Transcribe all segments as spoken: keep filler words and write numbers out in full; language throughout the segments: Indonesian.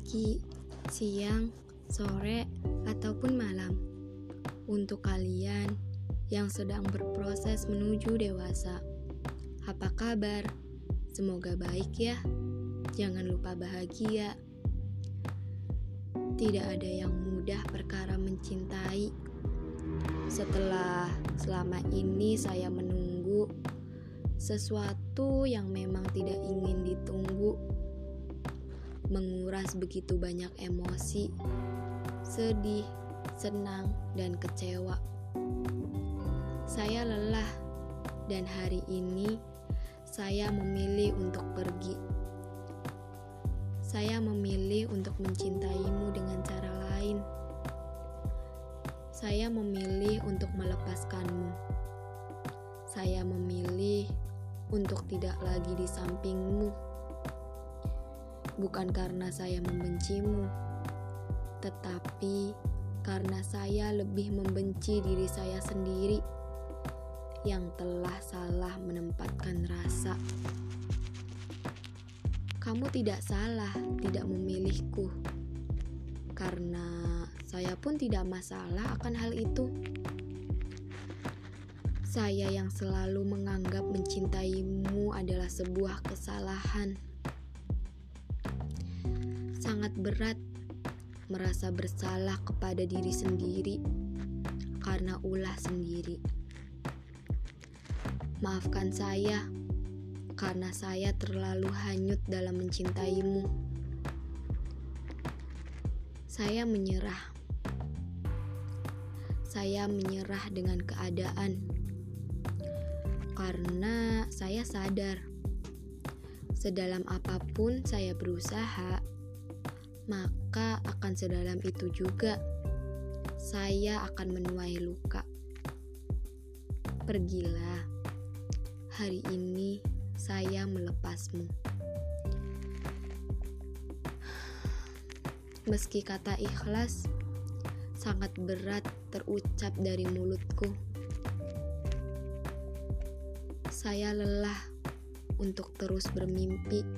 pagi, siang, sore, ataupun malam. Untuk kalian yang sedang berproses menuju dewasa, apa kabar? Semoga baik ya. Jangan lupa bahagia. Tidak ada yang mudah perkara mencintai. Setelah selama ini saya menunggu sesuatu yang memang tidak ingin ditunggu, menguras begitu banyak emosi, sedih, senang, dan kecewa. Saya lelah, dan hari ini saya memilih untuk pergi. Saya memilih untuk mencintaimu dengan cara lain. Saya memilih untuk melepaskanmu. Saya memilih untuk tidak lagi di sampingmu. Bukan karena saya membencimu, tetapi karena saya lebih membenci diri saya sendiri yang telah salah menempatkan rasa. Kamu tidak salah tidak memilihku, karena saya pun tidak masalah akan hal itu. Saya yang selalu menganggap mencintaimu adalah sebuah kesalahan. Sangat berat merasa bersalah kepada diri sendiri karena ulah sendiri. Maafkan saya karena saya terlalu hanyut dalam mencintaimu. Saya menyerah. Saya menyerah dengan keadaan karena saya sadar sedalam apapun saya berusaha, maka akan sedalam itu juga saya akan menuai luka. Pergilah, hari ini saya melepasmu. Meski kata ikhlas sangat berat terucap dari mulutku, saya lelah untuk terus bermimpi.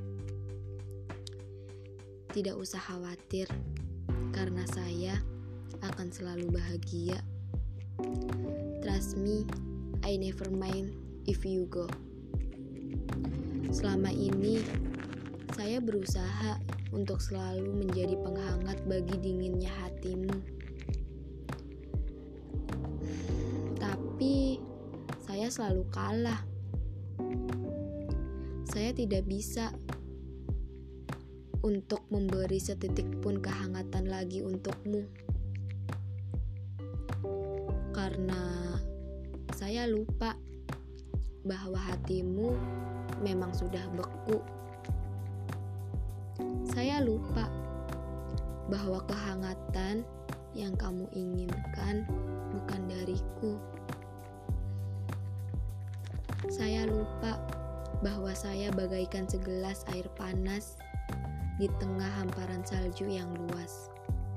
Tidak usah khawatir, karena saya akan selalu bahagia. Trust me, I never mind if you go. Selama ini, saya berusaha untuk selalu menjadi penghangat bagi dinginnya hatimu. Tapi, saya selalu kalah. Saya tidak bisa untuk memberi setitik pun kehangatan lagi untukmu, karena saya lupa bahwa hatimu memang sudah beku. Saya lupa bahwa kehangatan yang kamu inginkan bukan dariku. Saya lupa bahwa saya bagaikan segelas air panas di tengah hamparan salju yang luas.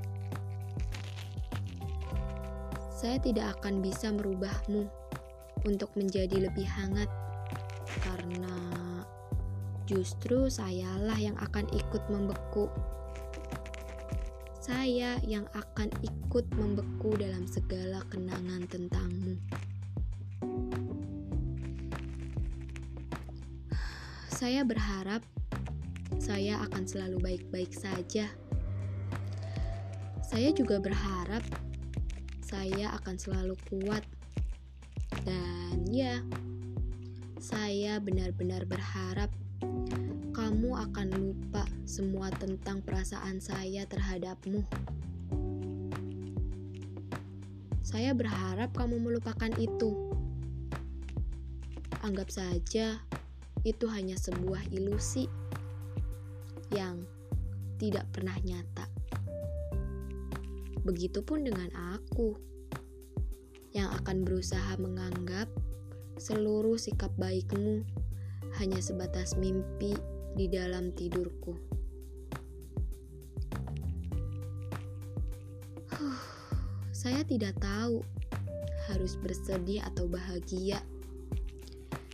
Saya tidak akan bisa merubahmu untuk menjadi lebih hangat, karena justru sayalah yang akan ikut membeku. Saya yang akan ikut membeku dalam segala kenangan tentangmu. Saya berharap saya akan selalu baik-baik saja. Saya juga berharap saya akan selalu kuat. Dan ya, saya benar-benar berharap kamu akan lupa semua tentang perasaan saya terhadapmu. Saya berharap kamu melupakan itu. Anggap saja itu hanya sebuah ilusi yang tidak pernah nyata. Begitupun dengan aku yang akan berusaha menganggap seluruh sikap baikmu hanya sebatas mimpi di dalam tidurku. Huh, saya tidak tahu harus bersedih atau bahagia.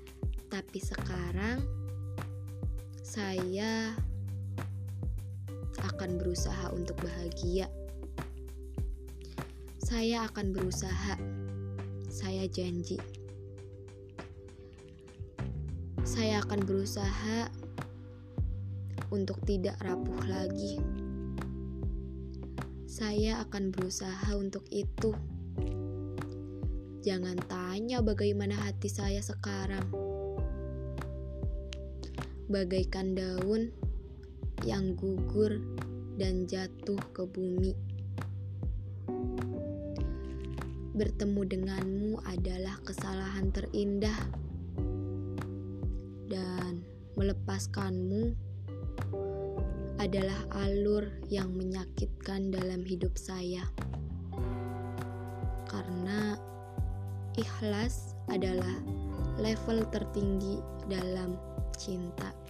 Tapi sekarang saya akan berusaha untuk bahagia. Saya akan berusaha. Saya janji. Saya akan berusaha untuk tidak rapuh lagi. Saya akan berusaha untuk itu. Jangan tanya bagaimana hati saya sekarang. Bagaikan daun yang gugur dan jatuh ke bumi. Bertemu denganmu adalah kesalahan terindah, dan melepaskanmu adalah alur yang menyakitkan dalam hidup saya. Karena ikhlas adalah level tertinggi dalam cinta.